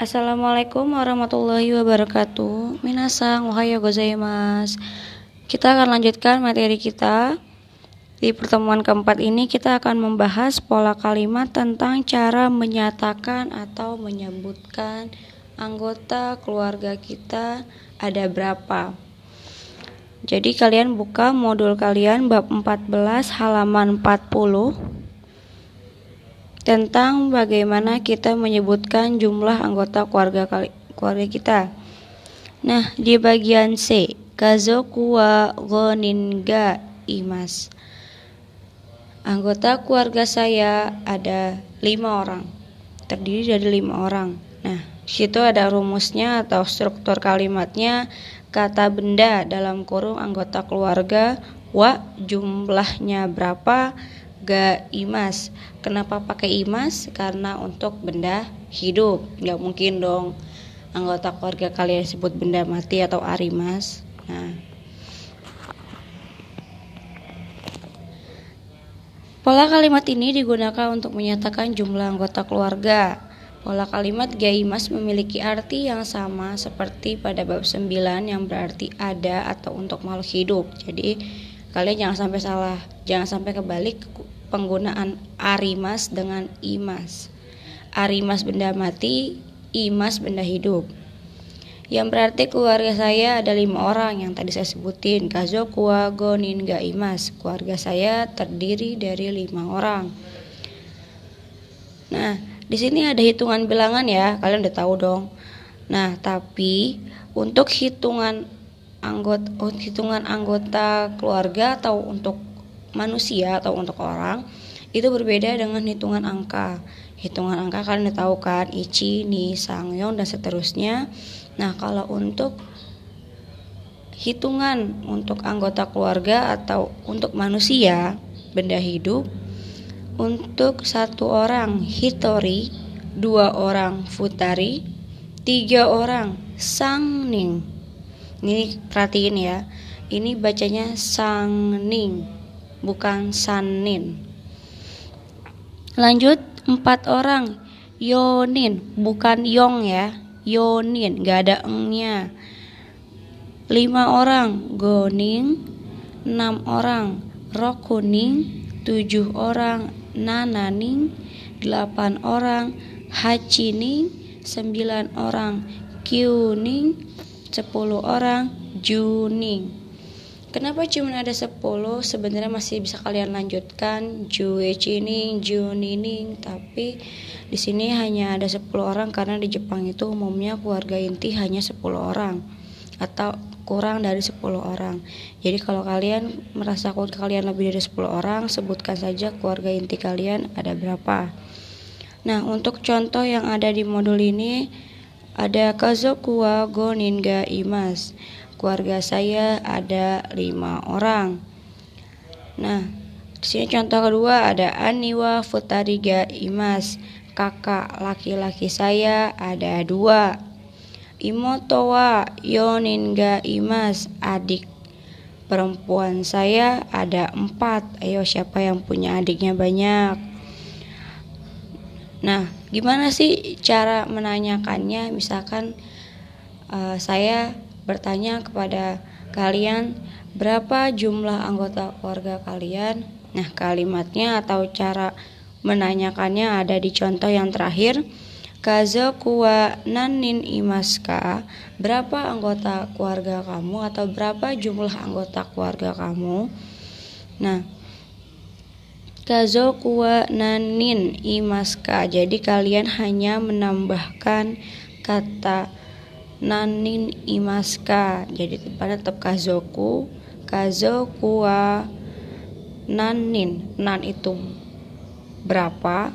Assalamualaikum warahmatullahi wabarakatuh. Minasang, ohayo gozaimasu. Kita akan lanjutkan materi kita. Di pertemuan keempat ini kita akan membahas pola kalimat tentang cara menyatakan atau menyebutkan anggota keluarga kita ada berapa. Jadi kalian buka modul kalian bab 14 halaman 40 tentang bagaimana kita menyebutkan jumlah anggota keluarga kita. Nah, di bagian C, kazoku wa gonin ga imasu. Anggota keluarga saya ada 5 orang. Terdiri dari 5 orang. Nah, situ ada rumusnya atau struktur kalimatnya, kata benda dalam kurung anggota keluarga, wa jumlahnya berapa, ga imas. Kenapa pakai imas? Karena untuk benda hidup. Nggak mungkin dong anggota keluarga kalian sebut benda mati atau arimas. Nah, pola kalimat ini digunakan untuk menyatakan jumlah anggota keluarga. Pola kalimat ga imas memiliki arti yang sama seperti pada bab 9 yang berarti ada atau untuk makhluk hidup. Jadi kalian jangan sampai salah, jangan sampai kebalik penggunaan arimas dengan imas. Arimas benda mati, imas benda hidup. Yang berarti keluarga saya ada 5 orang yang tadi saya sebutin. Kazoku wa gonin ga imas. Keluarga saya terdiri dari 5 orang. Nah, di sini ada hitungan bilangan ya, kalian udah tahu dong. Nah, tapi untuk hitungan anggota keluarga atau untuk manusia atau untuk orang itu berbeda dengan hitungan angka. Hitungan angka kalian udah tahu kan, ichi, ni, sangyeon dan seterusnya. Nah, kalau untuk hitungan untuk anggota keluarga atau untuk manusia, benda hidup, untuk 1 orang hitori, 2 orang futari, 3 orang sangning. Ini perhatiin ya, ini bacanya sangning, bukan sanin. Lanjut, 4 orang yonin, bukan yong ya, yonin, gak ada engnya. 5 orang goning, 6 orang rokuning, 7 orang nananing, 8 orang hachining, 9 orang kyuning, 10 orang juning. Kenapa cuma ada 10? Sebenarnya masih bisa kalian lanjutkan juechining, junining, tapi di sini hanya ada 10 orang karena di Jepang itu umumnya keluarga inti hanya 10 orang atau kurang dari 10 orang. Jadi kalau kalian merasa kalian lebih dari 10 orang, sebutkan saja keluarga inti kalian ada berapa. Nah, untuk contoh yang ada di modul ini ada kazoku wa gonin ga imasu. Keluarga saya ada 5 orang. Nah, di sini contoh kedua ada ani wa futari ga imasu. Kakak laki-laki saya ada 2. Imoto wa yonin ga imasu. Adik perempuan saya ada 4. Ayo, siapa yang punya adiknya banyak? Nah, gimana sih cara menanyakannya? Misalkan saya bertanya kepada kalian, berapa jumlah anggota keluarga kalian? Nah, kalimatnya atau cara menanyakannya ada di contoh yang terakhir. Kazoku wa nanin imaska. Berapa anggota keluarga kamu atau berapa jumlah anggota keluarga kamu? Nah, kazoku wa nanin imaska. Jadi kalian hanya menambahkan kata nanin imaska. Jadi pada tetap kazoku wa nanin. Nan itu berapa,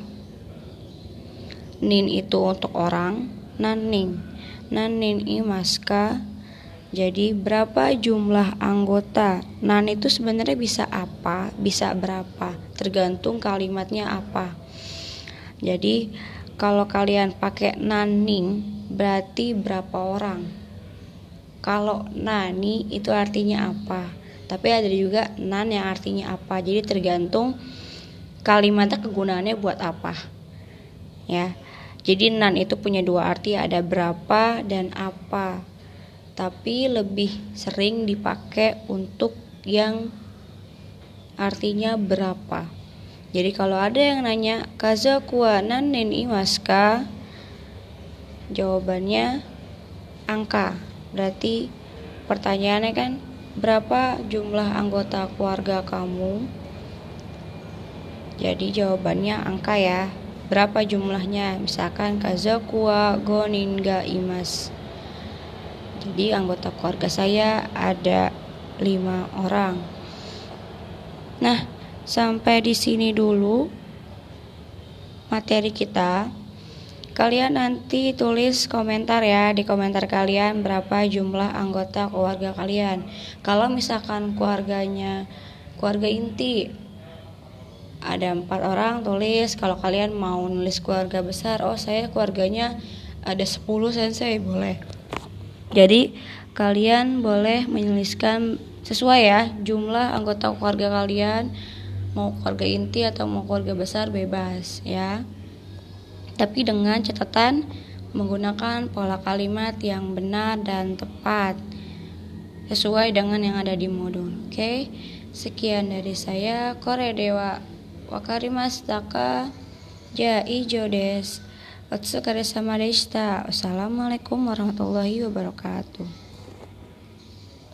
nin itu untuk orang, nanin imaska. Jadi berapa jumlah anggota. Nan itu sebenarnya bisa apa, bisa berapa, tergantung kalimatnya apa. Jadi kalau kalian pakai naning berarti berapa orang. Kalau nani itu artinya apa. Tapi ada juga nan yang artinya apa. Jadi tergantung kalimatnya kegunaannya buat apa. Ya. Jadi nan itu punya dua arti, ada berapa dan apa. Tapi lebih sering dipakai untuk yang artinya berapa. Jadi kalau ada yang nanya kaza kuwa nan nen imaska, jawabannya angka. Berarti pertanyaannya kan, berapa jumlah anggota keluarga kamu? Jadi jawabannya angka ya. Berapa jumlahnya? Misalkan kaza kuwa gonin ga imas. Jadi anggota keluarga saya ada 5 orang. Nah, sampai di sini dulu materi kita. Kalian nanti tulis komentar ya, di komentar kalian berapa jumlah anggota keluarga kalian. Kalau misalkan keluarganya keluarga inti ada 4 orang, tulis. Kalau kalian mau nulis keluarga besar, oh saya keluarganya ada 10 sensei, boleh. Jadi kalian boleh menuliskan sesuai ya jumlah anggota keluarga kalian, mau keluarga inti atau mau keluarga besar bebas ya. Tapi dengan catatan menggunakan pola kalimat yang benar dan tepat sesuai dengan yang ada di modul. Oke. Sekian dari saya, Kore Dewa Wakarimashita Ja Ijo des. Otsukare sama deshita. Wassalamualaikum warahmatullahi wabarakatuh.